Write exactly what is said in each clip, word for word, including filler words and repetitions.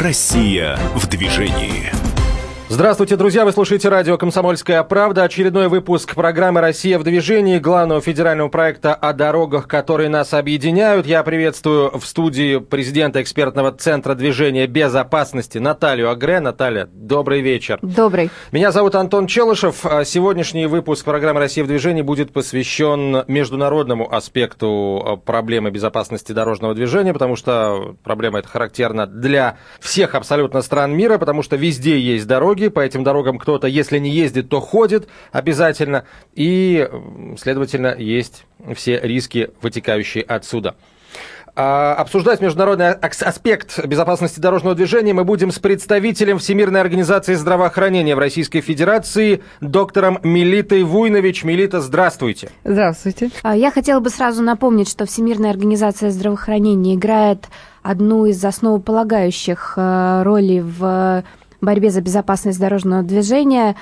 Россия в движении. Здравствуйте, друзья! Вы слушаете радио «Комсомольская правда». Очередной выпуск программы «Россия в движении», главного федерального проекта о дорогах, которые нас объединяют. Я приветствую в студии президента экспертного центра движения безопасности Наталью Агре. Наталья, добрый вечер. Добрый. Меня зовут Антон Челышев. Сегодняшний выпуск программы «Россия в движении» будет посвящен международному аспекту проблемы безопасности дорожного движения, потому что проблема эта характерна для всех абсолютно стран мира, потому что везде есть дороги. По этим дорогам кто-то, если не ездит, то ходит обязательно. И, следовательно, есть все риски, вытекающие отсюда. Обсуждать международный аспект безопасности дорожного движения мы будем с представителем Всемирной организации здравоохранения в Российской Федерации, доктором Милитой Вуйнович. Милита, здравствуйте. Здравствуйте. Я хотела бы сразу напомнить, что Всемирная организация здравоохранения играет одну из основополагающих ролей в борьбе за безопасность дорожного движения.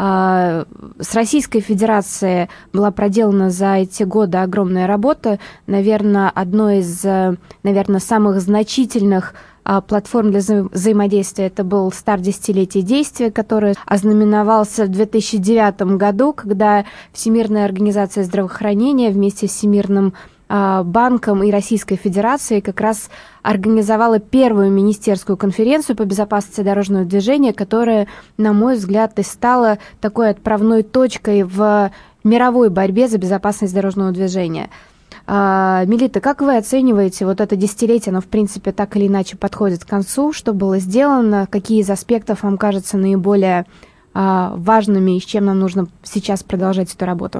С Российской Федерацией была проделана за эти годы огромная работа. Наверное, одной из, наверное, самых значительных платформ для вза- взаимодействия это был старт десятилетия действия, который ознаменовался в две тысячи девятом году, когда Всемирная организация здравоохранения вместе с Всемирным банком и Российской Федерацией как раз организовала первую министерскую конференцию по безопасности дорожного движения, которая, на мой взгляд, и стала такой отправной точкой в мировой борьбе за безопасность дорожного движения. Милита, как вы оцениваете вот это десятилетие? Оно, в принципе, так или иначе подходит к концу. Что было сделано? Какие из аспектов вам кажутся наиболее важными и с чем нам нужно сейчас продолжать эту работу?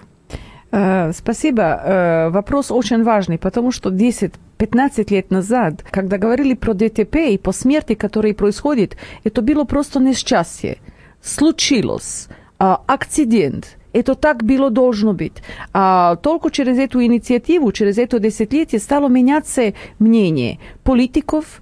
Спасибо. Вопрос очень важный, потому что десять-пятнадцать лет назад, когда говорили про ДТП и по смерти, которые происходят, это было просто несчастье. Случилось. Акцидент. Это так было должно быть. А только через эту инициативу, через это десятилетие стало меняться мнение политиков,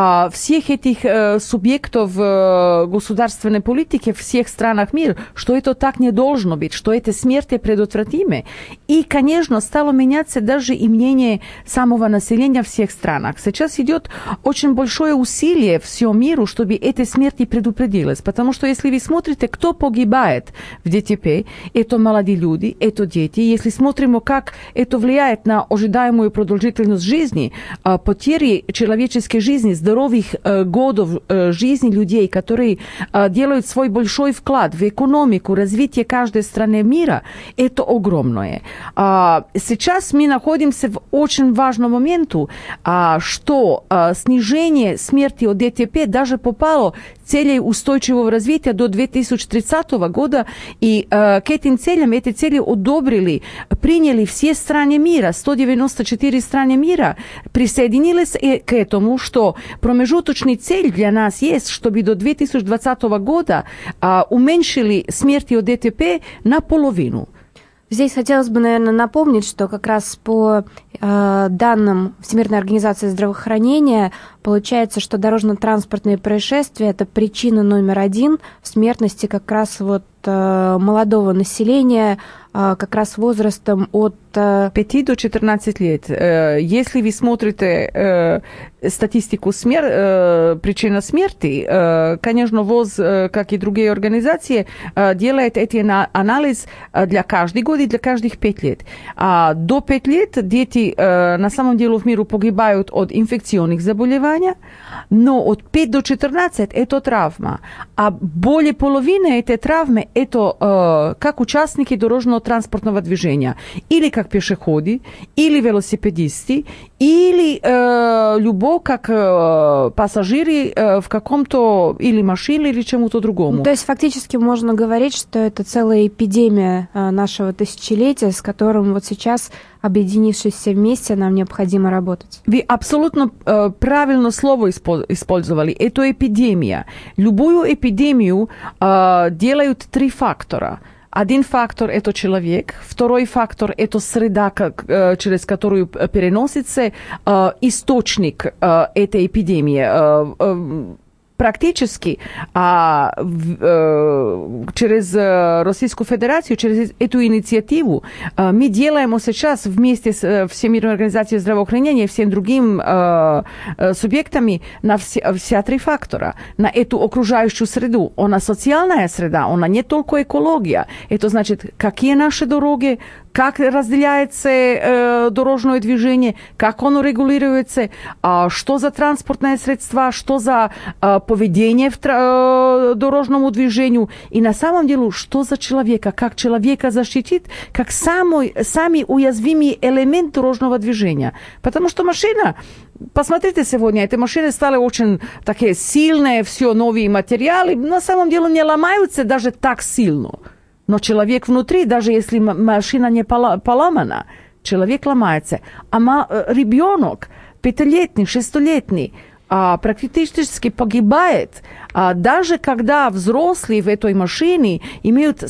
всех этих э, субъектов э, государственной политики в всех странах мира, что это так не должно быть, что это смерти предотвратимы. И, конечно, стало меняться даже и мнение самого населения в всех странах. Сейчас идет очень большое усилие всему миру, чтобы эти смерти предупредилось. Потому что если вы смотрите, кто погибает в ДТП, это молодые люди, это дети. Если смотрим, как это влияет на ожидаемую продолжительность жизни, э, потери человеческой жизни, здоровых э, годов э, жизни людей, которые э, делают свой большой вклад в экономику, развитие каждой страны мира, это огромное. А, сейчас мы находимся в очень важном моменте, а, что а, снижение смерти от ДТП даже попало в цели устойчивого развития до две тысячи тридцатого года, и а, к этим целям, эти цели одобрили, приняли все страны мира, сто девяносто четыре страны мира присоединились к этому, что промежуточный цель для нас есть, чтобы до две тысячи двадцатого года а, уменьшили смерти от ДТП наполовину. Здесь хотелось бы, наверное, напомнить, что как раз по э, данным Всемирной организации здравоохранения получается, что дорожно-транспортные происшествия – это причина номер один смертности как раз вот э, молодого населения, э, как раз возрастом от э... пяти до четырнадцати лет. Если вы смотрите э, статистику смер... э, причины смерти, э, конечно, ВОЗ, э, как и другие организации, э, делает эти анализ для каждого года и для каждых пяти лет. А до пяти лет дети э, на самом деле в мире погибают от инфекционных заболеваний, но от пяти до четырнадцати это травма. А более половины этой травмы это э, как участники дорожного транспортного движения, или как пешеходы, или велосипедисты, или э, любой как э, пассажиры э, в каком-то или машине, или чему-то другому. Ну, то есть фактически можно говорить, что это целая эпидемия э, нашего тысячелетия, с которым вот сейчас, объединившись все вместе, нам необходимо работать. Вы абсолютно э, правильно слово использовали. Это эпидемия. Любую эпидемию э, делают три фактора. Один фактор – это человек, второй фактор – это среда, как, э, через которую переносится э, источник э, этой эпидемии. Э, э, практически а, в, э, через Российскую Федерацию, через эту инициативу э, мы делаем сейчас вместе с э, Всемирной организацией здравоохранения и всеми другими э, э, субъектами на все, все три фактора. На эту окружающую среду. Она социальная среда, она не только экология. Это значит, какие наши дороги, как разделяется э, дорожное движение, как оно регулируется, э, что за транспортные средства, что за э, поведение в э, дорожному движению. И на самом деле, что за человека, как человека защитить, как самый, самый уязвимый элемент дорожного движения. Потому что машина, посмотрите сегодня, эти машины стали очень такие сильные, все новые материалы, на самом деле не ломаются даже так сильно. Но человек внутри, даже если машина не поломана, человек ломается. А ребенок, пятилетний, шестилетний, практически погибает, даже когда взрослые в этой машине имеют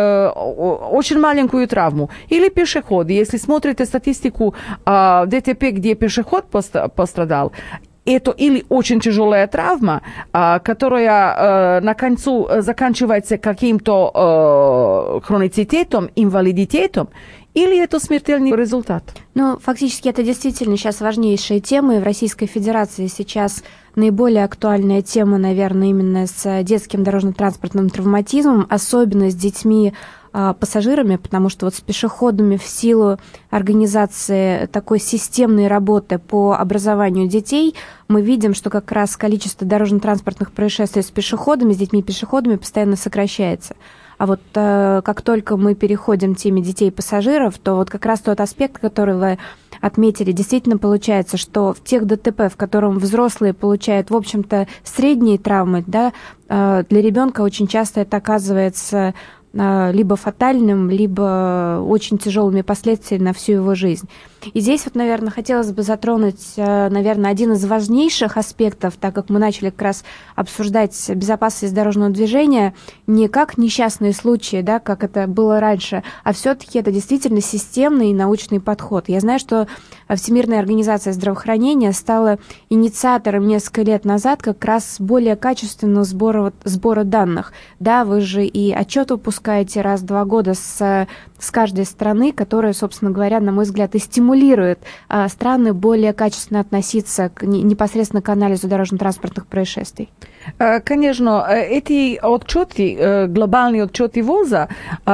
очень маленькую травму. Или пешеходы. Если смотрите статистику ДТП, где пешеход пострадал, это или очень тяжелая травма, а, которая а, на концу заканчивается каким-то а, хроницитетом, инвалидитетом, или это смертельный результат? Ну, фактически это действительно сейчас важнейшая тема, и в Российской Федерации сейчас наиболее актуальная тема, наверное, именно с детским дорожно-транспортным травматизмом, особенно с детьми, пассажирами, потому что вот с пешеходами в силу организации такой системной работы по образованию детей мы видим, что как раз количество дорожно-транспортных происшествий с пешеходами, с детьми-пешеходами постоянно сокращается. А вот э, как только мы переходим к теме детей-пассажиров, то вот как раз тот аспект, который вы отметили, действительно получается, что в тех ДТП, в котором взрослые получают, в общем-то, средние травмы, да, э, для ребенка очень часто это оказывается либо фатальным, либо очень тяжелыми последствиями на всю его жизнь. И здесь вот, наверное, хотелось бы затронуть, наверное, один из важнейших аспектов, так как мы начали как раз обсуждать безопасность дорожного движения не как несчастные случаи, да, как это было раньше, а все-таки это действительно системный и научный подход. Я знаю, что Всемирная организация здравоохранения стала инициатором несколько лет назад как раз более качественного сбора, сбора данных. Да, вы же и отчет выпускаете раз в два года с, с каждой страны, которая, собственно говоря, на мой взгляд, и стимулирует а, страны более качественно относиться к, не, непосредственно к анализу дорожно-транспортных происшествий. Конечно, эти отчеты, глобальные отчеты ВОЗа,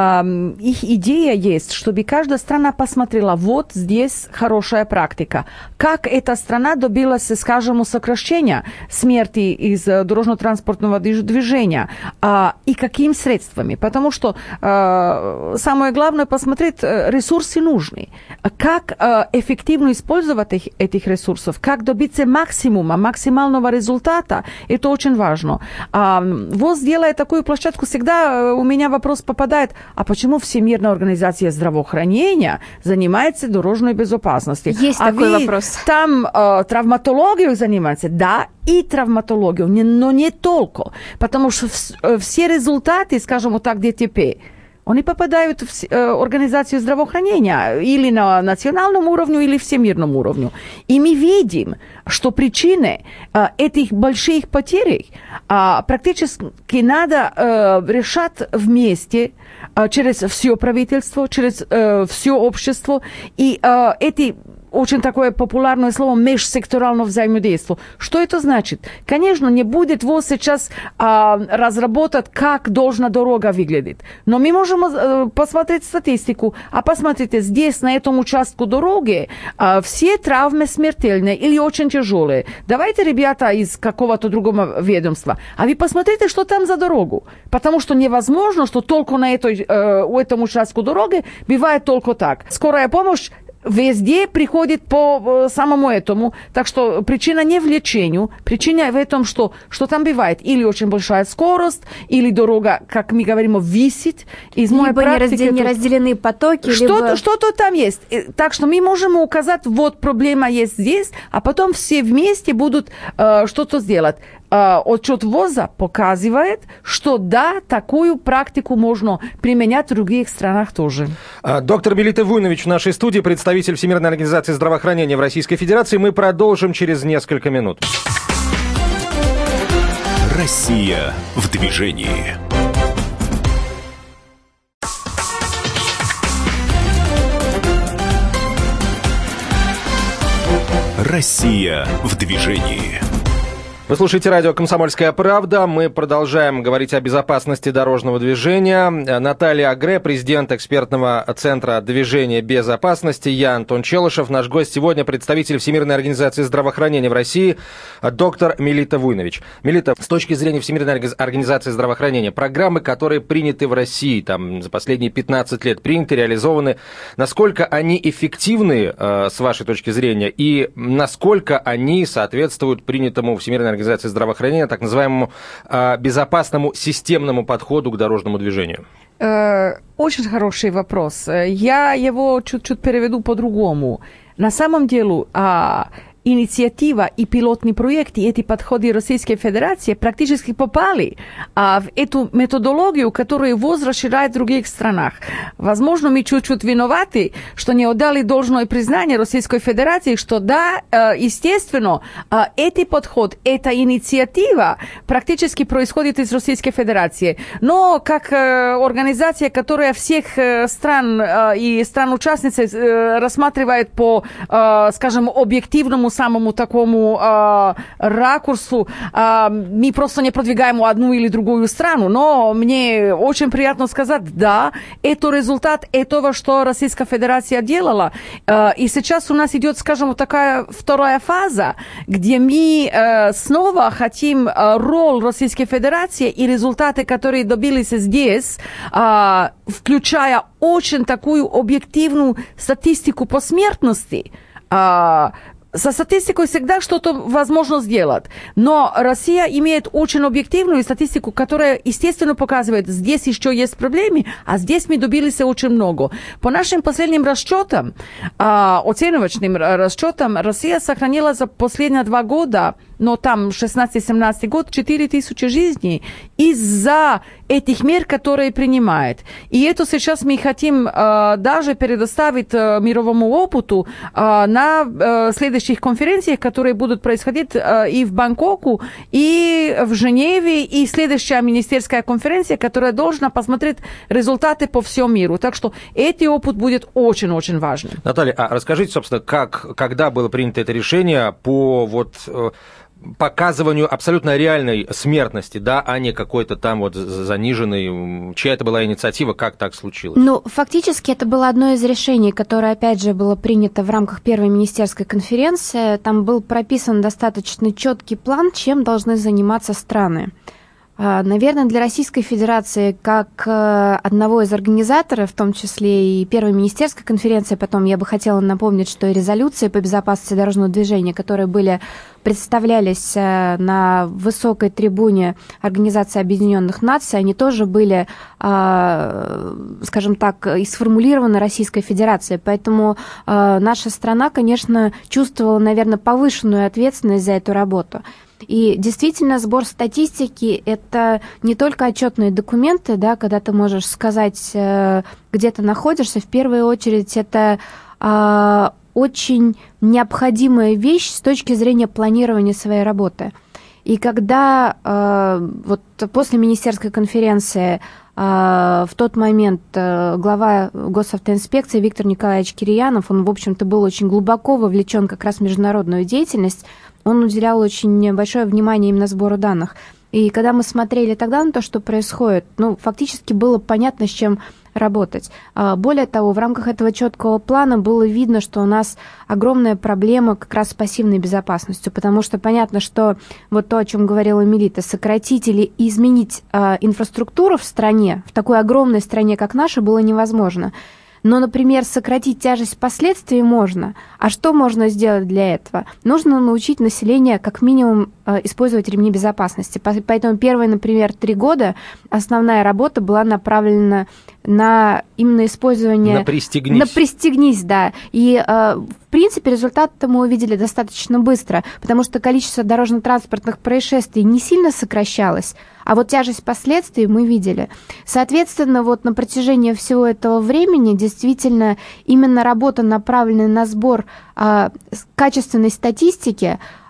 их идея есть, чтобы каждая страна посмотрела, вот здесь хорошая практика. Как эта страна добилась, скажем, сокращения смерти из дорожно-транспортного движения и какими средствами. Потому что самое главное посмотреть, ресурсы нужны. Как эффективно использовать их, этих ресурсов, как добиться максимума, максимального результата, это очень важно. Важно. А, ВОЗ, делая такую площадку, всегда у меня вопрос попадает, а почему Всемирная организация здравоохранения занимается дорожной безопасностью? Есть а такой вы вопрос. Там э, травматологию занимаетесь? Да, и травматологию, но не только. Потому что все результаты, скажем вот так, ДТП, они попадают в э, организацию здравоохранения или на национальном уровне, или всемирном уровне. И мы видим, что причины э, этих больших потерь э, практически надо э, решать вместе э, через все правительство, через э, все общество. И э, эти очень такое популярное слово межсекторальное взаимодействие. Что это значит? Конечно, не будет ВОЗ сейчас а, разработать, как должна дорога выглядеть. Но мы можем а, посмотреть статистику. А посмотрите, здесь, на этом участку дороги, а, все травмы смертельные или очень тяжелые. Давайте, ребята, из какого-то другого ведомства. А вы посмотрите, что там за дорогу. Потому что невозможно, что только на этой, э, у этом участку дороги бывает только так. Скорая помощь везде приходит по самому этому. Так что причина не в лечении, причина в этом, что, что там бывает. Или очень большая скорость, или дорога, как мы говорим, висит. Из моей либо практики, не разделены потоки. Что-то, либо... что-то там есть. Так что мы можем указать, вот проблема есть здесь, а потом все вместе будут э, что-то сделать. Отчет ВОЗа показывает, что да, такую практику можно применять в других странах тоже. Доктор Мелита Вуйнович в нашей студии, представитель Всемирной организации здравоохранения в Российской Федерации. Мы продолжим через несколько минут. Россия в движении. Россия в движении. Вы слушаете радио «Комсомольская правда». Мы продолжаем говорить о безопасности дорожного движения. Наталья Агре, президент экспертного центра движения безопасности. Я Антон Челышев. Наш гость сегодня представитель Всемирной организации здравоохранения в России, доктор Мелита Вуйнович. Мелита, с точки зрения Всемирной организации здравоохранения, программы, которые приняты в России там, за последние пятнадцать лет, приняты, реализованы, насколько они эффективны, э, с вашей точки зрения, и насколько они соответствуют принятому Всемирной организации здравоохранения, так называемому э, безопасному системному подходу к дорожному движению? Очень хороший вопрос. Я его чуть-чуть переведу по-другому. На самом деле, инициатива и пилотные проекты, эти подходы Российской Федерации практически попали а, в эту методологию, которую ВОЗ расширяет в других странах. Возможно, мы чуть-чуть виноваты, что не отдали должное признание Российской Федерации, что да, естественно, этот подход, эта инициатива практически происходит из Российской Федерации. Но как организация, которая всех стран и стран-участниц рассматривает по, скажем, объективному самому такому э, ракурсу, э, мы просто не продвигаем одну или другую страну, но мне очень приятно сказать, да, это результат этого, что Российская Федерация делала, э, и сейчас у нас идет, скажем, вот такая вторая фаза, где мы э, снова хотим э, роль Российской Федерации и результаты, которые добились здесь, э, включая очень такую объективную статистику по смертности, э, со статистикой всегда что-то возможно сделать, но Россия имеет очень объективную статистику, которая, естественно, показывает, здесь еще есть проблемы, а здесь мы добились очень много. По нашим последним расчетам, оценочным расчетам, Россия сохранила за последние два года, но там шестнадцатый-семнадцатый год, четыре тысячи жизней из-за этих мер, которые принимает. И это сейчас мы хотим э, даже предоставить э, мировому опыту э, на э, следующих конференциях, которые будут происходить э, и в Бангкоку, и в Женеве, и следующая министерская конференция, которая должна посмотреть результаты по всему миру. Так что этот опыт будет очень-очень важным. Наталья, а расскажите, собственно, как, когда было принято это решение по вот... показыванию абсолютно реальной смертности, да, а не какой-то там вот заниженной. Чья это была инициатива, как так случилось? Ну, фактически это было одно из решений, которое, опять же, было принято в рамках первой министерской конференции. Там был прописан достаточно четкий план, чем должны заниматься страны. Наверное, для Российской Федерации, как одного из организаторов, в том числе и первой министерской конференции, потом я бы хотела напомнить, что и резолюции по безопасности дорожного движения, которые были, представлялись на высокой трибуне Организации Объединенных Наций, они тоже были, скажем так, и сформулированы Российской Федерацией. Поэтому наша страна, конечно, чувствовала, наверное, повышенную ответственность за эту работу. И действительно, сбор статистики – это не только отчетные документы, да, когда ты можешь сказать, где ты находишься. В первую очередь, это а, очень необходимая вещь с точки зрения планирования своей работы. И когда а, вот после министерской конференции а, в тот момент а, глава госавтоинспекции Виктор Николаевич Кирьянов, он, в общем-то, был очень глубоко вовлечен как раз в международную деятельность, он уделял очень большое внимание именно сбору данных. И когда мы смотрели тогда на то, что происходит, ну, фактически было понятно, с чем работать. Более того, в рамках этого четкого плана было видно, что у нас огромная проблема как раз с пассивной безопасностью, потому что понятно, что вот то, о чем говорила Мелита, сократить или изменить инфраструктуру в стране, в такой огромной стране, как наша, было невозможно. Но, например, сократить тяжесть последствий можно. А что можно сделать для этого? Нужно научить население как минимум использовать ремни безопасности. Поэтому первые, например, три года основная работа была направлена на именно использование... На пристегнись. На пристегнись, да. И, в принципе, результат мы увидели достаточно быстро, потому что количество дорожно-транспортных происшествий не сильно сокращалось, а вот тяжесть последствий мы видели. Соответственно, вот на протяжении всего этого времени действительно именно работа, направленная на сбор а, качественной статистики,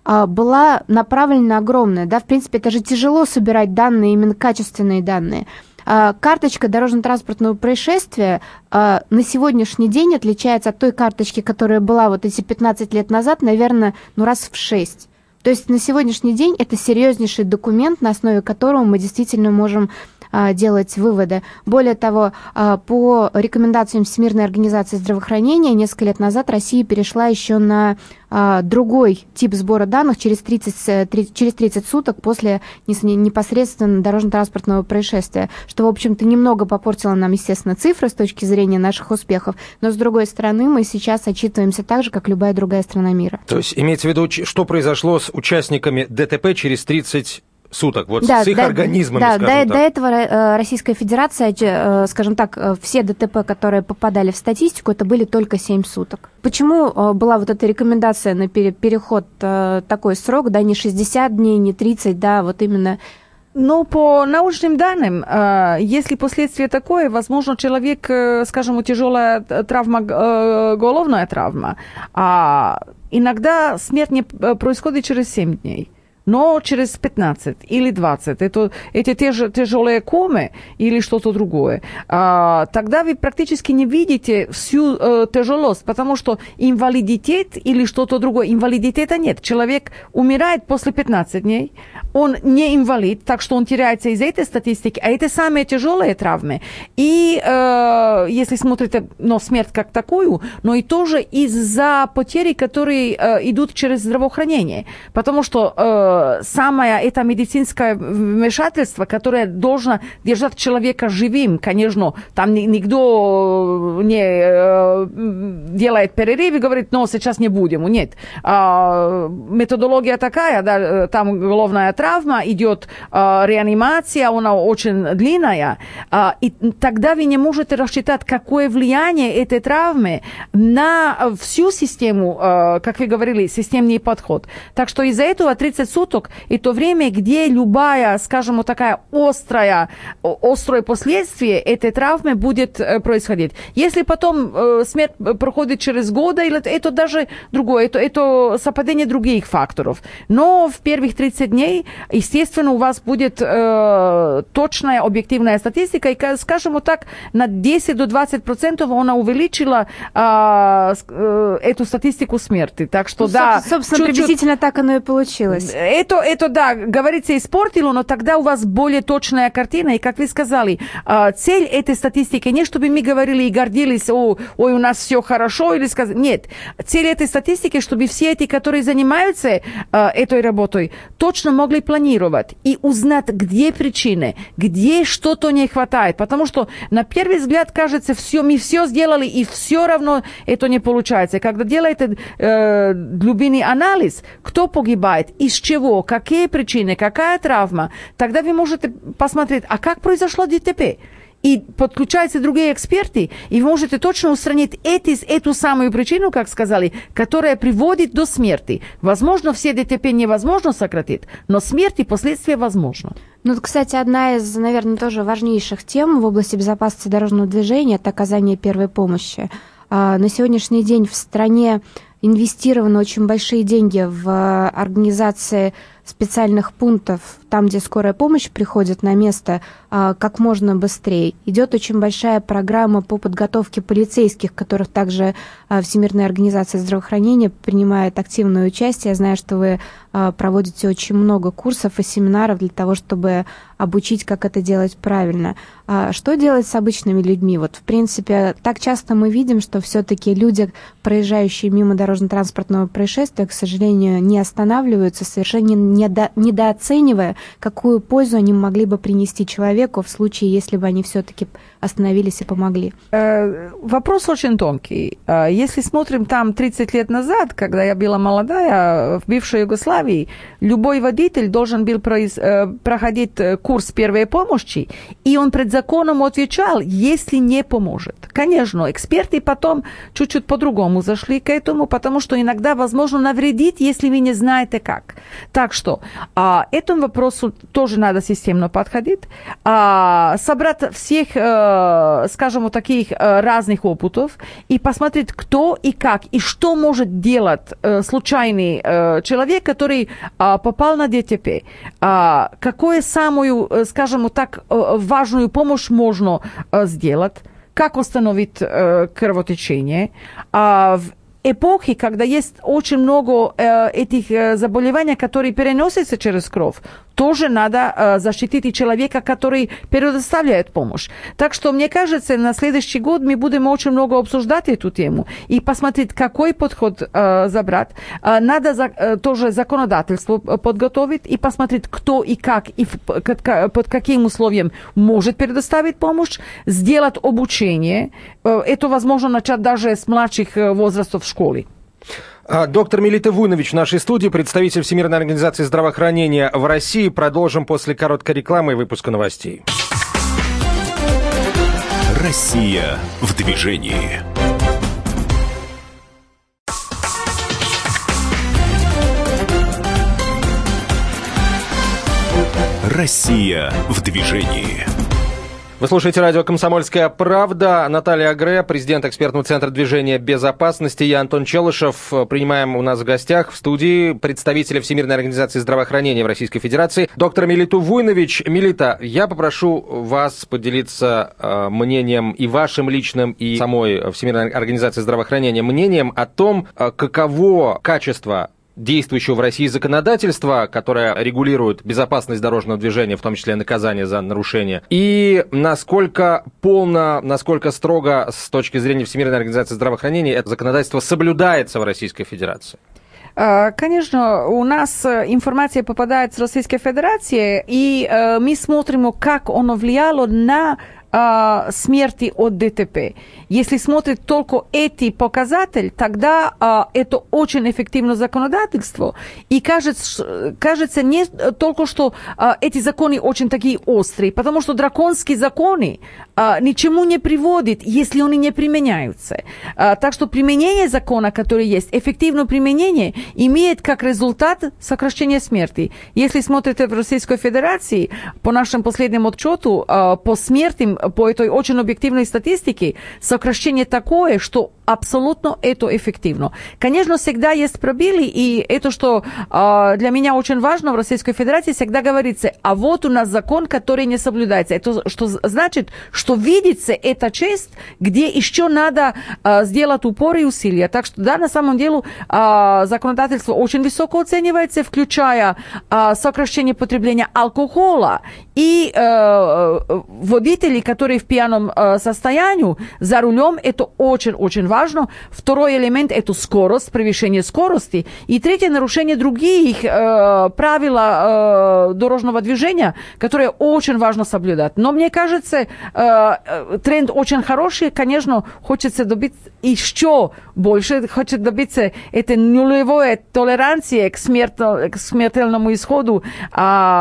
была направлена огромная. Да? В принципе, это же тяжело собирать данные, именно качественные данные. Карточка дорожно-транспортного происшествия на сегодняшний день отличается от той карточки, которая была вот эти пятнадцать лет назад, наверное, ну раз в шесть. То есть на сегодняшний день это серьезнейший документ, на основе которого мы действительно можем делать выводы. Более того, по рекомендациям Всемирной организации здравоохранения, несколько лет назад Россия перешла еще на другой тип сбора данных через тридцать, через тридцать суток после непосредственно дорожно-транспортного происшествия, что, в общем-то, немного попортило нам, естественно, цифры с точки зрения наших успехов, но, с другой стороны, мы сейчас отчитываемся так же, как любая другая страна мира. То есть имеется в виду, что произошло с участниками ДТП через тридцать суток, вот да, с их до, организмами, да, скажем до, так. До этого Российская Федерация, скажем так, все ДТП, которые попадали в статистику, это были только семь суток. Почему была вот эта рекомендация на переход такой срок, да, не шестьдесят дней, не тридцать, да, вот именно... Но по научным данным, если последствие такое, возможно, человек, скажем, тяжелая травма, головная травма, а иногда смерть не происходит через семь дней. Но через пятнадцать или двадцать, это, эти те же тяжелые комы или что-то другое, а, тогда вы практически не видите всю э, тяжелость, потому что инвалидитет или что-то другое, инвалидитета нет. Человек умирает после пятнадцати дней, он не инвалид, так что он теряется из этой статистики, а это самые тяжелые травмы. И э, если смотрите на смерть как такую, но и тоже из-за потери, которые э, идут через здравоохранение, потому что э, самое это медицинское вмешательство, которое должно держать человека живым. Конечно, там никто не делает перерыв и говорит, но сейчас не будем. Нет. Методология такая, да, там головная травма, идет реанимация, она очень длинная, и тогда вы не можете рассчитать, какое влияние этой травмы на всю систему, как вы говорили, системный подход. Так что из-за этого тридцать суток и то время, где любая, скажем, вот такая острая, острое последствие этой травмы будет происходить. Если потом э, смерть проходит через годы, это даже другое, это, это совпадение других факторов. Но в первых тридцать дней, естественно, у вас будет э, точная объективная статистика, и, скажем вот так, на десять до двадцати процентов она увеличила э, э, эту статистику смерти. Так что, ну, да... Собственно, чуть-чуть... приблизительно так оно и получилось. Это, это, да, говорится, испортило, но тогда у вас более точная картина. И, как вы сказали, цель этой статистики не чтобы мы говорили и гордились, о, ой, у нас все хорошо, или сказать. Нет. Цель этой статистики, чтобы все эти, которые занимаются этой работой, точно могли планировать и узнать, где причины, где что-то не хватает. Потому что, на первый взгляд, кажется, все, мы все сделали, и все равно это не получается. Когда делаете э, глубинный анализ, кто погибает, из чего, какие причины, какая травма, тогда вы можете посмотреть, а как произошло ДТП. И подключаются другие эксперты, и вы можете точно устранить эти, эту самую причину, как сказали, которая приводит до смерти. Возможно, все ДТП невозможно сократить, но смерть и последствия возможно. Ну, кстати, одна из, наверное, тоже важнейших тем в области безопасности дорожного движения – это оказание первой помощи. На сегодняшний день в стране инвестированы очень большие деньги в организации специальных пунктов, там, где скорая помощь приходит на место, как можно быстрее. Идет очень большая программа по подготовке полицейских, в которых также Всемирная организация здравоохранения принимает активное участие. Я знаю, что вы проводите очень много курсов и семинаров для того, чтобы обучить, как это делать правильно. Что делать с обычными людьми? Вот, в принципе, так часто мы видим, что все-таки люди, проезжающие мимо дорожно-транспортного происшествия, к сожалению, не останавливаются, совершенно недо, недооценивая, какую пользу они могли бы принести человеку в случае, если бы они все-таки остановились и помогли. Вопрос очень тонкий. Если смотрим там тридцать лет назад, когда я была молодая, в бывшей Югославии, любой водитель должен был проходить курс первой помощи, и он пред законом отвечал, если не поможет. Конечно, эксперты потом чуть-чуть по-другому зашли к этому, потому что иногда возможно навредить, если вы не знаете как. Так что а, этому вопросу тоже надо системно подходить, а, собрать всех а, э, скажем, вот таких э, разных опытов и посмотреть, кто и как, и что может делать э, случайный э, человек, который э, попал на ДТП. Э, какую самую, э, скажем, вот так э, важную помощь можно э, сделать, как остановить э, кровотечение. А в эпохи, когда есть очень много э, этих э, заболеваний, которые переносятся через кровь, тоже надо э, защитить и человека, который предоставляет помощь. Так что, мне кажется, на следующий год мы будем очень много обсуждать эту тему и посмотреть, какой подход э, забрать. Э, надо за, э, тоже законодательство подготовить и посмотреть, кто и как и в, к, под каким условием может предоставить помощь, сделать обучение. Э, это возможно начать даже с младших э, возрастов в школе. Доктор Милита Вуйнович в нашей студии, представитель Всемирной организации здравоохранения в России. Продолжим после короткой рекламы и выпуска новостей. Россия в движении. Россия в движении. Вы слушаете радио «Комсомольская правда». Наталья Агре, президент экспертного центра движения безопасности. Я Антон Челышев. Принимаем у нас в гостях в студии представителя Всемирной организации здравоохранения в Российской Федерации, доктора Милиту Вуйнович. Милита, я попрошу вас поделиться э, мнением и вашим личным, и самой Всемирной организации здравоохранения мнением о том, э, каково качество действующего в России законодательства, которое регулирует безопасность дорожного движения, в том числе наказание за нарушение, и насколько полно, насколько строго с точки зрения Всемирной организации здравоохранения это законодательство соблюдается в Российской Федерации? Конечно, у нас информация попадает с Российской Федерации, и мы смотрим, как оно влияло на смерти от ДТП. Если смотреть только эти показатели, тогда а, это очень эффективное законодательство. И кажется, кажется не только, что а, эти законы очень такие острые, потому что драконские законы а, ничему не приводят, если они не применяются. А, так что применение закона, который есть, эффективное применение, имеет как результат сокращение смерти. Если смотрите в Российской Федерации, по нашим последним отчету, а, по смертям, по этой очень объективной статистике, сокращение такое, что абсолютно это эффективно. Конечно, всегда есть пробелы, и это, что э, для меня очень важно в Российской Федерации, всегда говорится, а вот у нас закон, который не соблюдается. Это что значит, что видится эта часть, где еще надо э, сделать упор и усилия. Так что, да, на самом деле, э, законодательство очень высоко оценивается, включая э, сокращение потребления алкоголя и э, водители, которые в пьяном э, состоянии за рулем, это очень-очень важно. Второй элемент – это скорость, превышение скорости. И третье – нарушение других э, правил э, дорожного движения, которые очень важно соблюдать. Но мне кажется, э, тренд очень хороший. Конечно, хочется добиться еще больше, хочется добиться этой нулевой толеранции к, смерто, к смертельному исходу э,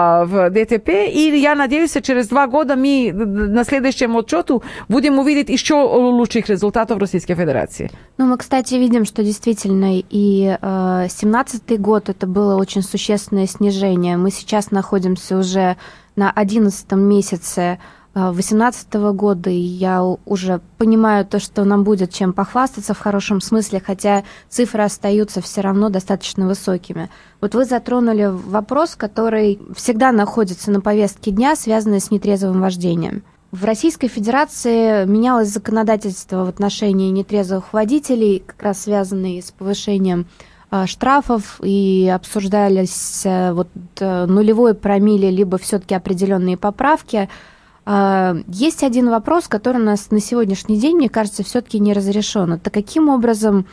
в ДТП. И я надеюсь, через два года мы на следующем отчету будем увидеть еще лучших результатов Российской Федерации. Ну, мы, кстати, видим, что действительно и э, семнадцатый год это было очень существенное снижение. Мы сейчас находимся уже на одиннадцатом месяце восемнадцатого года, и я уже понимаю то, что нам будет чем похвастаться в хорошем смысле, хотя цифры остаются все равно достаточно высокими. Вот вы затронули вопрос, который всегда находится на повестке дня, связанный с нетрезвым вождением. В Российской Федерации менялось законодательство в отношении нетрезвых водителей, как раз связанные с повышением штрафов, и обсуждались вот нулевой промилле, либо все-таки определенные поправки. Есть один вопрос, который у нас на сегодняшний день, мне кажется, все-таки не разрешен. Это каким образом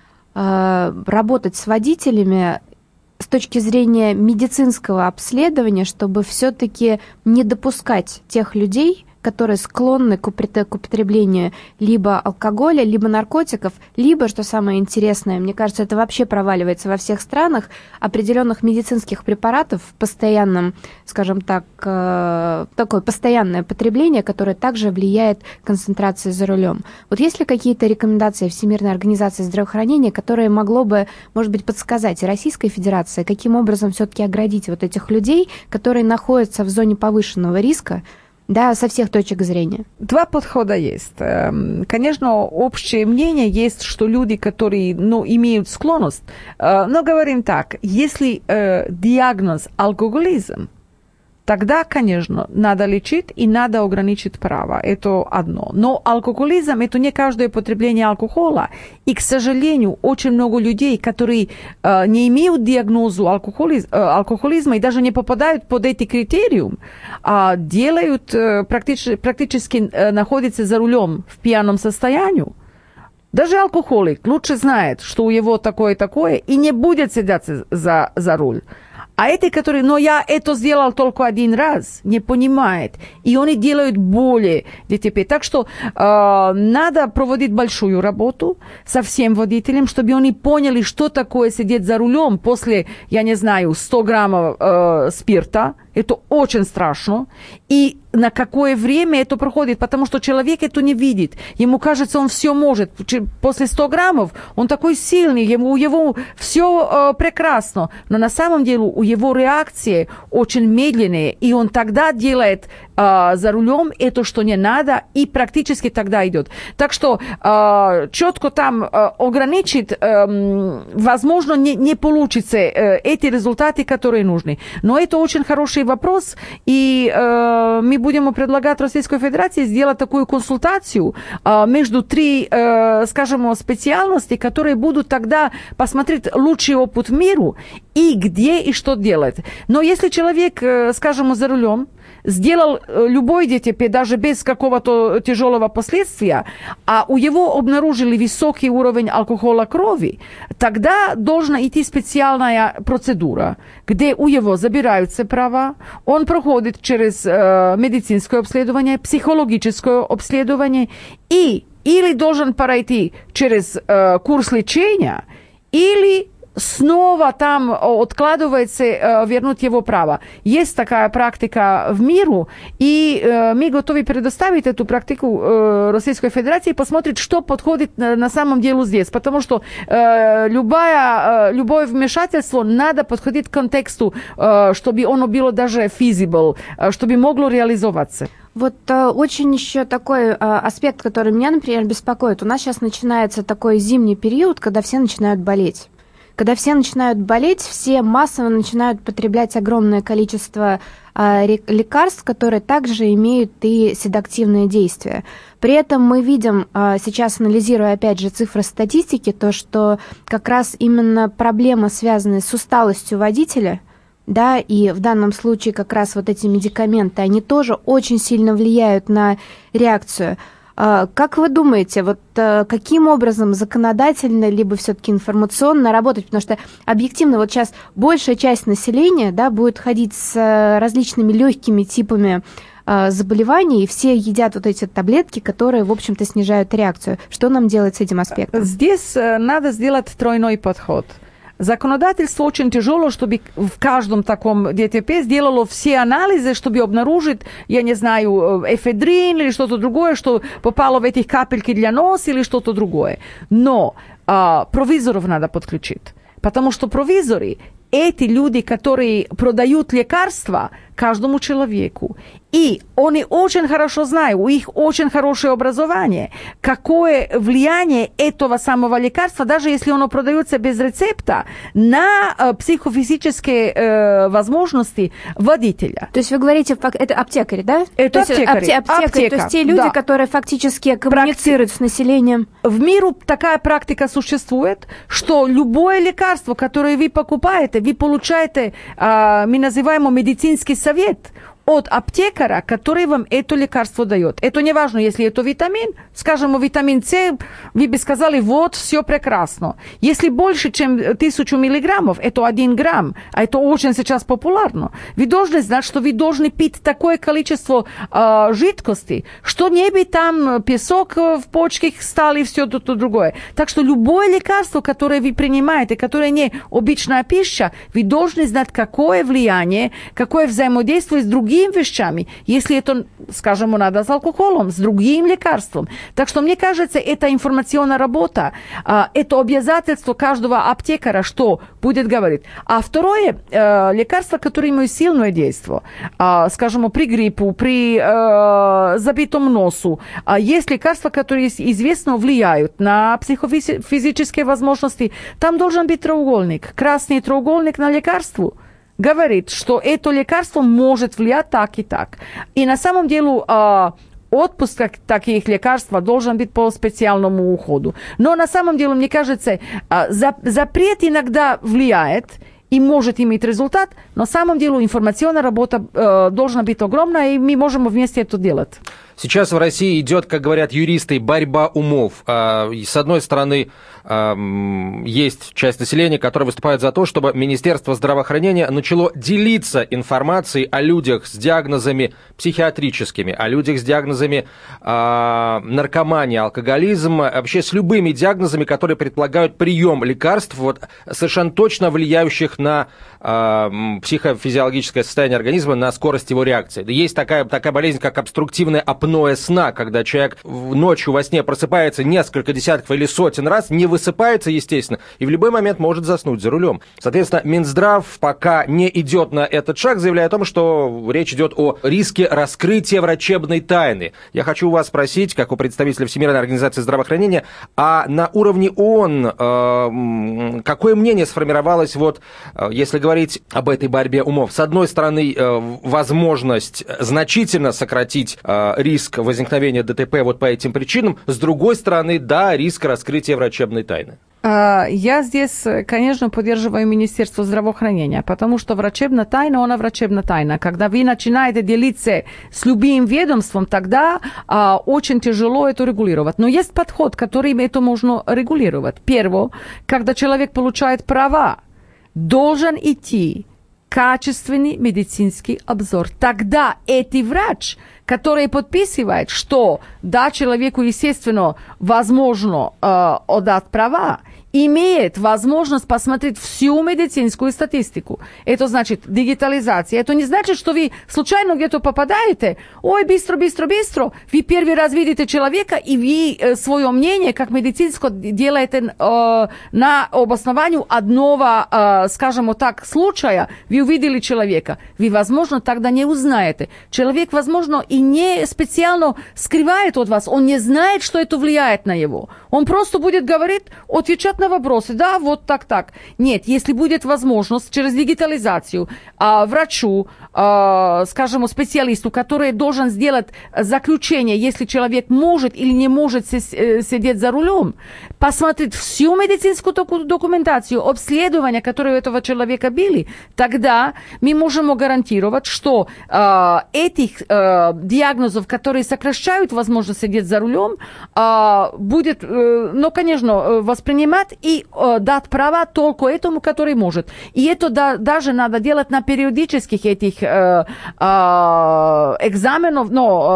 работать с водителями с точки зрения медицинского обследования, чтобы все-таки не допускать тех людей, которые склонны к употреблению либо алкоголя, либо наркотиков, либо, что самое интересное, мне кажется, это вообще проваливается во всех странах, определенных медицинских препаратов в постоянном, скажем так, такое постоянное потребление, которое также влияет концентрацией за рулем. Вот есть ли какие-то рекомендации Всемирной организации здравоохранения, которые могло бы, может быть, подсказать Российской Федерации, каким образом все-таки оградить вот этих людей, которые находятся в зоне повышенного риска, Да, со всех точек зрения. Два подхода есть. Конечно, общее мнение есть, что люди, которые ну, имеют склонность, но говорим так, если э, диагноз алкоголизм, тогда, конечно, надо лечить и надо ограничить право. Это одно. Но алкоголизм – это не каждое потребление алкоголя. И, к сожалению, очень много людей, которые э, не имеют диагнозу алкоголиз, э, алкоголизма и даже не попадают под эти критерии, э, делают, э, практически, практически э, находятся за рулем в пьяном состоянии. Даже алкоголик лучше знает, что у него такое-такое, и не будет сидеться за, за руль. А эти, которые, но я это сделал только один раз, не понимают. И они делают более ДТП. Так что э, надо проводить большую работу со всем водителем, чтобы они поняли, что такое сидеть за рулем после, я не знаю, сто граммов э, спирта. Это очень страшно. И на какое время это проходит, потому что человек это не видит. Ему кажется, он все может. После ста граммов он такой сильный, ему, у него все э, прекрасно. Но на самом деле у его реакции очень медленные, и он тогда делает э, за рулем это, что не надо, и практически тогда идет. Так что э, четко там э, ограничить, э, возможно, не, не получится э, эти результаты, которые нужны. Но это очень хороший вопрос, и э, мы будем предлагать Российской Федерации сделать такую консультацию э, между три, э, скажем, специальности, которые будут тогда посмотреть лучший опыт в миру и где и что делать. Но если человек, э, скажем, за рулем, сделал любой ДТП, даже без какого-то тяжелого последствия, а у него обнаружили высокий уровень алкоголя крови, тогда должна идти специальная процедура, где у него забираются права, он проходит через э, медицинское обследование, психологическое обследование и или должен пройти через э, курс лечения, или снова там откладывается э, вернуть его право. Есть такая практика в миру, и э, мы готовы предоставить эту практику э, Российской Федерации и посмотреть, что подходит на, на самом деле здесь. Потому что э, любая, э, любое вмешательство надо подходить к контексту, э, чтобы оно было даже feasible, э, чтобы могло реализоваться. Вот э, очень еще такой э, аспект, который меня, например, беспокоит. У нас сейчас начинается такой зимний период, когда все начинают болеть. Когда все начинают болеть, все массово начинают потреблять огромное количество э, лекарств, которые также имеют и седативное действие. При этом мы видим, э, сейчас анализируя опять же цифры статистики, то, что как раз именно проблема, связанная с усталостью водителя, да, и в данном случае как раз вот эти медикаменты, они тоже очень сильно влияют на реакцию. Как вы думаете, вот каким образом законодательно, либо все-таки информационно работать? Потому что объективно вот сейчас большая часть населения, да, будет ходить с различными легкими типами заболеваний, и все едят вот эти таблетки, которые, в общем-то, снижают реакцию. Что нам делать с этим аспектом? Здесь надо сделать тройной подход. Законодательство очень тяжело, чтобы в каждом таком ДТП сделало все анализы, чтобы обнаружить, я не знаю, эфедрин или что-то другое, что попало в эти капельки для носа или что-то другое. Но а, провизоров надо подключить, потому что провизоры – эти люди, которые продают лекарства каждому человеку. И они очень хорошо знают, у них очень хорошее образование, какое влияние этого самого лекарства, даже если оно продается без рецепта, на э, психофизические э, возможности водителя. То есть вы говорите, это аптекари, да? Это то аптекари. Есть, аптекари, аптека, то есть те люди, да. которые фактически коммуницируют Практи... с населением. В миру такая практика существует, что любое лекарство, которое вы покупаете, вы получаете, э, мы называем медицинский совет от аптекаря, который вам это лекарство дает. Это не важно, если это витамин, скажем, витамин С, вы бы сказали, вот, все прекрасно. Если больше, чем тысячу миллиграммов, это один грамм, а это очень сейчас популярно, вы должны знать, что вы должны пить такое количество э, жидкости, что не бы там песок в почках стал и все то, то другое. Так что любое лекарство, которое вы принимаете, которое не обычная пища, вы должны знать, какое влияние, какое взаимодействие с другими другими вещами, если это, скажем, надо с алкоголем, с другим лекарством. Так что, мне кажется, это информационная работа, это обязательство каждого аптекаря, что будет говорить. А второе, лекарства, которые имеют сильное действие, скажем, при гриппу, при забитом носу, есть лекарства, которые известно влияют на психофизические возможности, там должен быть треугольник. Красный треугольник на лекарство говорит, что это лекарство может влиять так и так. И на самом деле отпуск таких лекарств должен быть по специальному уходу. Но на самом деле, мне кажется, запрет иногда влияет и может иметь результат, но на самом деле информационная работа э, должна быть огромная, и мы можем вместе это делать. Сейчас в России идет, как говорят юристы, борьба умов. С одной стороны, есть часть населения, которая выступает за то, чтобы Министерство здравоохранения начало делиться информацией о людях с диагнозами психиатрическими, о людях с диагнозами наркомания, алкоголизм, вообще с любыми диагнозами, которые предполагают прием лекарств, вот, совершенно точно влияющих на психофизиологическое состояние организма, на скорость его реакции. Есть такая, такая болезнь, как обструктивная апноэ сна, когда человек ночью во сне просыпается несколько десятков или сотен раз, не высыпается, естественно, и в любой момент может заснуть за рулем. Соответственно, Минздрав пока не идет на этот шаг, заявляя о том, что речь идет о риске раскрытия врачебной тайны. Я хочу у вас спросить, как у представителя Всемирной организации здравоохранения, а на уровне ООН э, какое мнение сформировалось, вот, э, если говорить об этой борьбе умов? С одной стороны, э, возможность значительно сократить э, риск возникновения ДТП вот по этим причинам, с другой стороны, да, риск раскрытия врачебной тайны. Я здесь, конечно, поддерживаю Министерство здравоохранения, потому что врачебная тайна, она врачебная тайна. Когда вы начинаете делиться с любым ведомством, тогда а, очень тяжело это регулировать. Но есть подход, которым это можно регулировать. Первое, когда человек получает права, должен идти качественный медицинский обзор. Тогда этот врач, который подписывает, что да, человеку, естественно, возможно э, отдать права, имеет возможность посмотреть всю медицинскую статистику. Это значит дигитализация. Это не значит, что вы случайно где-то попадаете, ой, быстро, быстро, быстро. Вы первый раз видите человека, и вы э, свое мнение, как медицинское, делаете э, на обосновании одного, э, скажем вот так, случая. Вы увидели человека. Вы, возможно, тогда не узнаете. Человек, возможно, и не специально скрывает от вас. Он не знает, что это влияет на него. Он просто будет говорить, отвечать на вопросы, да, вот так-так. Нет, если будет возможность через дигитализацию а, врачу, а, скажем, специалисту, который должен сделать заключение, если человек может или не может сидеть за рулем, посмотреть всю медицинскую документацию, обследования, которые у этого человека были, тогда мы можем гарантировать, что а, этих а, диагнозов, которые сокращают возможность сидеть за рулем, а, будет, а, ну, конечно, воспринимать и э, дать права только этому, который может. И это да, даже надо делать на периодических этих э, э, экзаменов,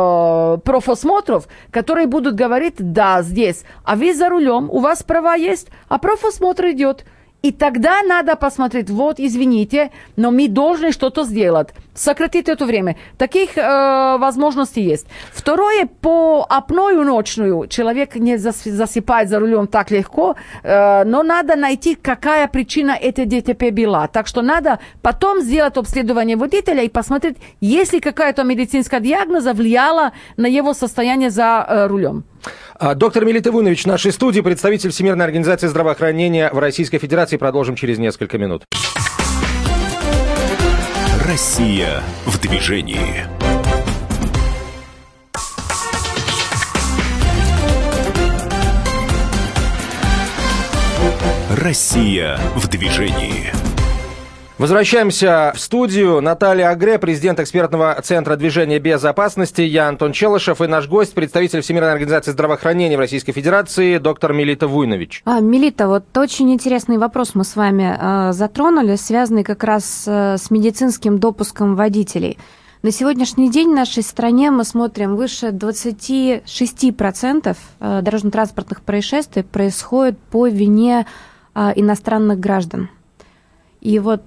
но э, профосмотров, которые будут говорить, да, здесь, а вы за рулем, у вас права есть, а профосмотр идет. И тогда надо посмотреть, вот, извините, но мы должны что-то сделать, сократить это время. Таких э, возможностей есть. Второе, по апною ночную человек не засыпает за рулем так легко, э, но надо найти, какая причина этой ДТП была. Так что надо потом сделать обследование водителя и посмотреть, есть ли какая-то медицинская диагноза влияла на его состояние за э, рулем. Доктор Милита Вуйнович в нашей студии, представитель Всемирной организации здравоохранения в Российской Федерации. Продолжим через несколько минут. Россия в движении. Россия в движении. Возвращаемся в студию. Наталья Агре, президент экспертного центра движения безопасности. Я Антон Челышев и наш гость, представитель Всемирной организации здравоохранения в Российской Федерации, доктор Милита Вуйнович. А, Милита, вот очень интересный вопрос мы с вами э, затронули, связанный как раз э, с медицинским допуском водителей. На сегодняшний день в нашей стране мы смотрим, выше двадцать шесть процентов э, дорожно-транспортных происшествий происходит по вине э, иностранных граждан. И вот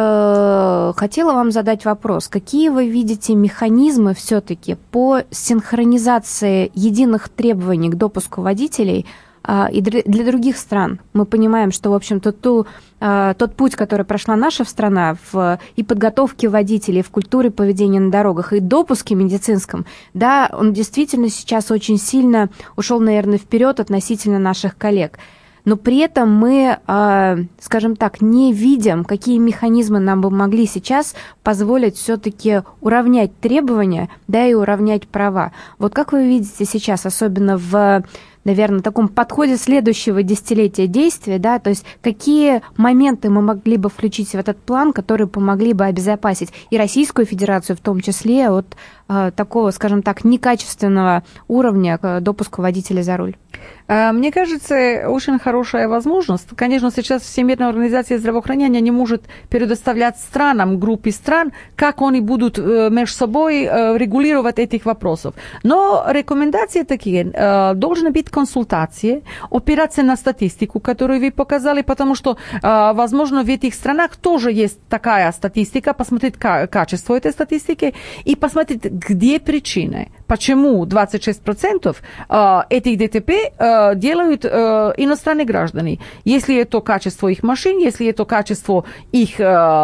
э, хотела вам задать вопрос, какие вы видите механизмы все-таки по синхронизации единых требований к допуску водителей э, и для других стран? Мы понимаем, что, в общем-то, ту, э, тот путь, который прошла наша страна в и подготовке водителей, в культуре поведения на дорогах, и допуске медицинском, да, он действительно сейчас очень сильно ушел, наверное, вперед относительно наших коллег. Но при этом мы, скажем так, не видим, какие механизмы нам бы могли сейчас позволить все-таки уравнять требования, да, и уравнять права. Вот как вы видите сейчас, особенно в, наверное, таком подходе следующего десятилетия действия, да, то есть какие моменты мы могли бы включить в этот план, которые помогли бы обезопасить и Российскую Федерацию в том числе от э, такого, скажем так, некачественного уровня к допуску водителя за руль? Мне кажется, очень хорошая возможность. Конечно, сейчас Всемирная организация здравоохранения не может предоставлять странам, группе стран, как они будут между собой регулировать этих вопросов. Но рекомендации такие. Должны быть консультации, опираться на статистику, которую вы показали, потому что, возможно, в этих странах тоже есть такая статистика, посмотреть качество этой статистики и посмотреть, где причины. Почему двадцать шесть процентов этих ДТП делают иностранные граждане? Если это качество их машин, если это качество их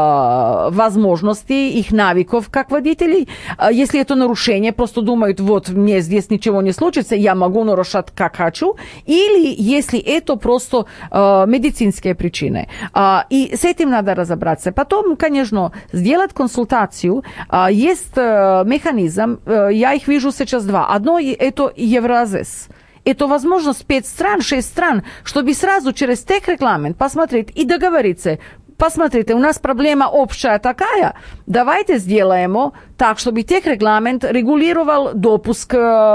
возможностей, их навыков как водителей, если это нарушение, просто думают, вот мне здесь ничего не случится, я могу нарушать как хочу, или если это просто медицинские причины. И с этим надо разобраться. Потом, конечно, сделать консультацию. Есть механизм, я их вижу сейчас два. Одно – это Евразес. Это возможность пять стран, шесть стран, чтобы сразу через техрегламент посмотреть и договориться. Посмотрите, у нас проблема общая такая, давайте сделаем так, чтобы техрегламент регулировал допуск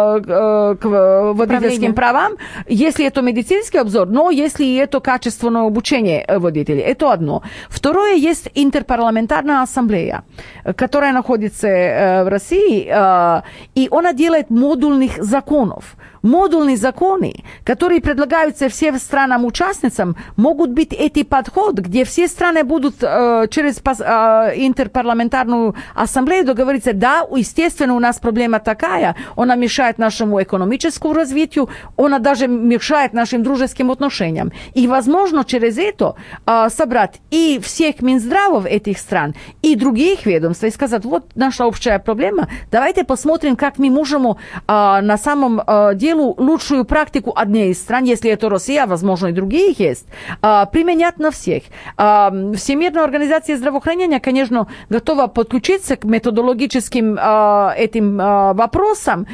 к, к водительским правам, если это медицинский обзор, но если это качественное обучение водителей. Это одно. Второе, есть интерпарламентарная ассамблея, которая находится в России, и она делает модульных законов. Модульные законы, которые предлагаются всем странам-участницам, могут быть эти подходы, где все страны будут э, через э, интерпарламентарную ассамблею договориться, да, естественно, у нас проблема такая, она мешает нашему экономическому развитию, она даже мешает нашим дружеским отношениям. И, возможно, через это э, собрать и всех Минздравов этих стран, и других ведомств, и сказать, вот наша общая проблема, давайте посмотрим, как мы можем э, на самом э, деле лучшую практику одной из стран, если это Россия, возможно, и другие есть, применять на всех. Всемирная организация здравоохранения, конечно, готова подключиться к методологическим этим вопросам,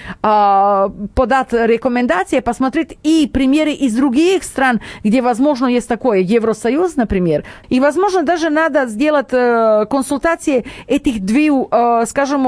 подать рекомендации, посмотреть и примеры из других стран, где, возможно, есть такое, Евросоюз, например. И, возможно, даже надо сделать консультации этих двух, скажем,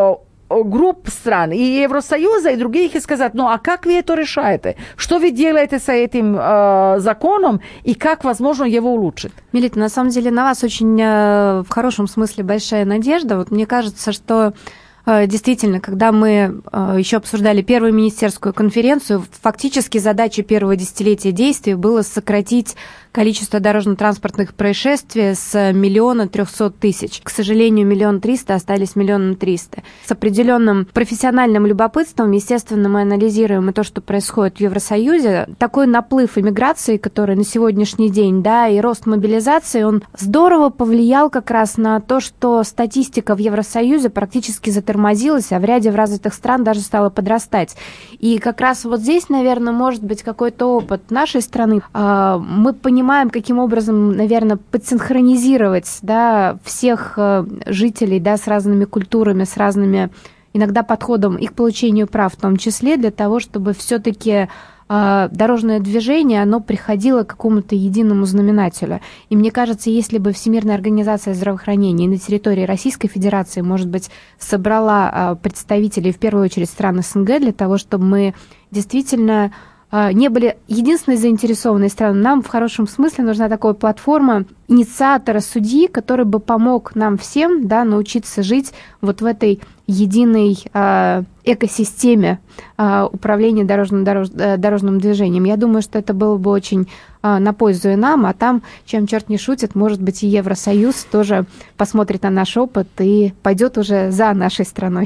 групп стран, и Евросоюза, и других, и сказать, ну а как вы это решаете? Что вы делаете с этим э, законом, и как, возможно, его улучшить? Мелита, на самом деле на вас очень э, в хорошем смысле большая надежда. Вот мне кажется, что э, действительно, когда мы э, еще обсуждали первую министерскую конференцию, фактически задачей первого десятилетия действий было сократить количество дорожно-транспортных происшествий с миллиона трехсот тысяч. К сожалению, миллион триста остались миллионом триста. С определенным профессиональным любопытством, естественно, мы анализируем и то, что происходит в Евросоюзе. Такой наплыв иммиграции, который на сегодняшний день, да, и рост мобилизации, он здорово повлиял как раз на то, что статистика в Евросоюзе практически затормозилась, а в ряде в развитых стран даже стала подрастать. И как раз вот здесь, наверное, может быть какой-то опыт нашей страны. Мы понимаем, понимаем, каким образом, наверное, подсинхронизировать, да, всех жителей, да, с разными культурами, с разными иногда подходом и к получению прав в том числе, для того, чтобы все-таки э, дорожное движение, оно приходило к какому-то единому знаменателю. И мне кажется, если бы Всемирная организация здравоохранения на территории Российской Федерации, может быть, собрала э, представителей, в первую очередь, стран СНГ, для того, чтобы мы действительно не были единственной заинтересованной страной. Нам в хорошем смысле нужна такая платформа инициатора, судьи, который бы помог нам всем, да, научиться жить вот в этой единой э, экосистеме э, управления дорожным, дорож, дорожным движением. Я думаю, что это было бы очень на пользу и нам, а там, чем черт не шутит, может быть, и Евросоюз тоже посмотрит на наш опыт и пойдет уже за нашей страной.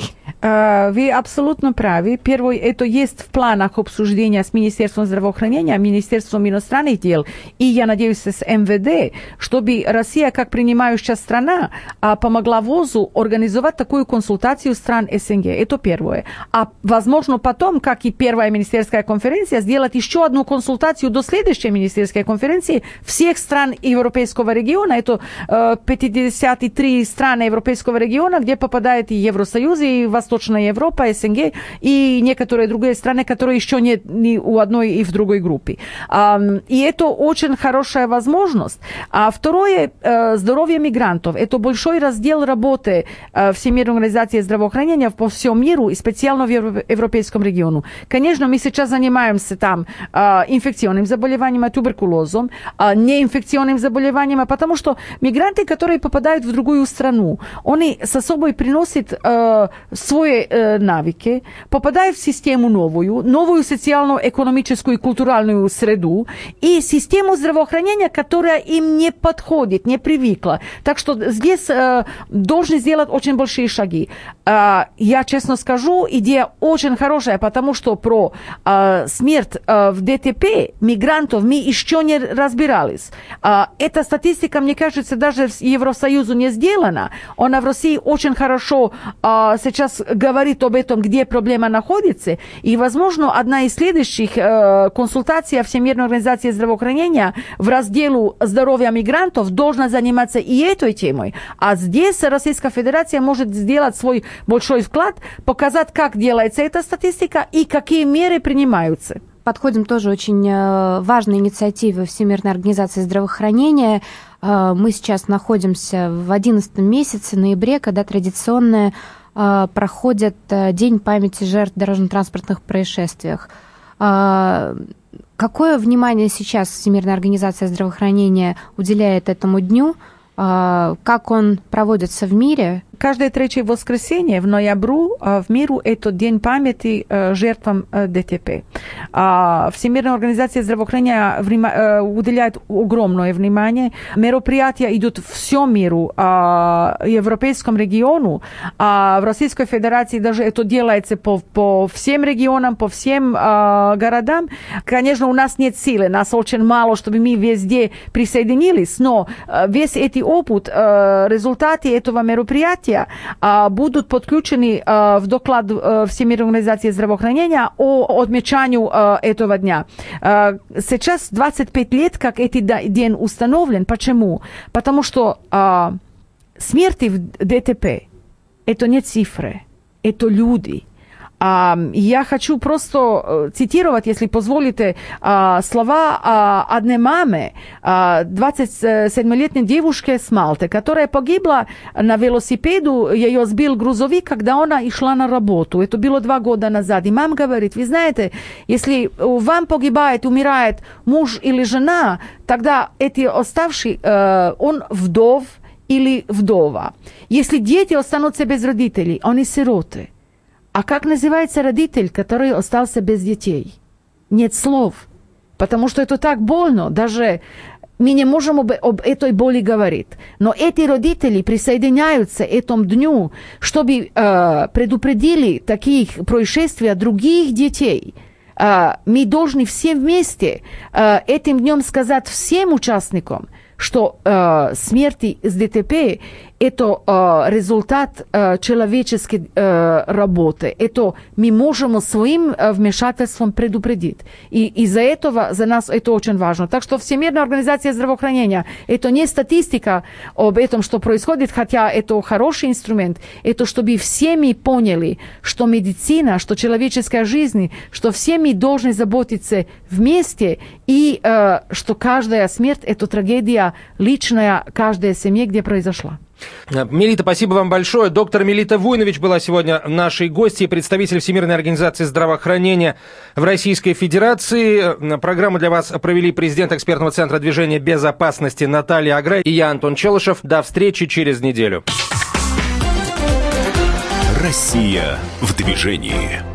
Вы абсолютно правы. Первое, это есть в планах обсуждения с Министерством здравоохранения, Министерством иностранных дел и, я надеюсь, с эм вэ дэ, чтобы Россия, как принимающая страна, помогла ВОЗу организовать такую консультацию стран эс эн гэ. Это первое. А, возможно, потом, как и первая министерская конференция, сделать еще одну консультацию до следующей министерской конференции всех стран Европейского региона. Это э, пятьдесят три страны Европейского региона, где попадает и Евросоюз, и Восточная Европа, эс эн гэ, и некоторые другие страны, которые еще нет ни у одной и в другой группе. А, и это очень хорошая возможность. А второе, э, здоровье мигрантов. Это большой раздел работы э, Всемирной организации здравоохранения по всему миру и специально в Европейском регионе. Конечно, мы сейчас занимаемся там э, инфекционным заболеванием, туберкулезом, э, неинфекционным заболеванием, потому что мигранты, которые попадают в другую страну, они с собой приносят э, свои э, навыки, попадают в систему новую, новую социально-экономическую и культуральную среду и систему здравоохранения, которая им не подходит, не привыкла. Так что здесь э, должны сделать очень большие шаги. Э, я честно скажу, идея очень хорошая, потому что про э, смерть э, в дэ тэ пэ мигрантов мы еще не разбирались. Э, эта статистика, мне кажется, даже в Евросоюзу не сделана. Она в России очень хорошо э, сейчас говорит об этом, где проблема находится. И, возможно, одна из следующих э, консультаций Всемирной организации здравоохранения в разделе здоровья мигрантов должна заниматься и этой темой. А здесь Российская Федерация может сделать свой большой вклад, показать, как делается эта статистика и какие меры принимаются. Подходим тоже очень важной инициативы Всемирной организации здравоохранения. Мы сейчас находимся в одиннадцатом месяце, ноябре, когда традиционно проходит День памяти жертв дорожно-транспортных происшествиях. Какое внимание сейчас Всемирная организация здравоохранения уделяет этому дню? Как он проводится в мире? Каждое третье воскресенье в ноябрю в миру это День памяти жертвам дэ тэ пэ. Всемирная организация здравоохранения уделяет огромное внимание. Мероприятия идут в всем миру, в европейском регионе, в Российской Федерации даже это делается по, по всем регионам, по всем городам. Конечно, у нас нет силы, нас очень мало, чтобы мы везде присоединились, но весь этот опыт, результаты этого мероприятия будут подключены в доклад Всемирной организации здравоохранения о отмечанию этого дня. Сейчас двадцать пять лет, как этот день установлен. Почему? Потому что смерти в дэ тэ пэ это не цифры, это люди. Я хочу просто цитировать, если позволите, слова одной мамы, двадцатисемилетней девушки с Малты, которая погибла на велосипеду, ее сбил грузовик, когда она шла на работу. Это было два года назад. И мама говорит, вы знаете, если вам погибает, умирает муж или жена, тогда эти оставшие, он вдов или вдова. Если дети останутся без родителей, они сироты. А как называется родитель, который остался без детей? Нет слов. Потому что это так больно. Даже мы не можем об, об этой боли говорить. Но эти родители присоединяются к этому дню, чтобы э, предупредили таких происшествий других детей. Э, мы должны все вместе э, этим днем сказать всем участникам, что э, смерти с дэ тэ пэ это э, результат э, человеческой э, работы. Это мы можем своим э, вмешательством предупредить. И из-за этого за нас это очень важно. Так что Всемирная организация здравоохранения это не статистика об этом, что происходит, хотя это хороший инструмент. Это чтобы все мы поняли, что медицина, что человеческая жизнь, что все мы должны заботиться вместе, и э, что каждая смерть это трагедия личная каждой семьи, где произошла. Мелита, спасибо вам большое. Доктор Мелита Вуйнович была сегодня нашей гостьей, представитель Всемирной организации здравоохранения в Российской Федерации. Программу для вас провели президент экспертного центра движения безопасности Наталья Аграй и я, Антон Челышев. До встречи через неделю. Россия в движении.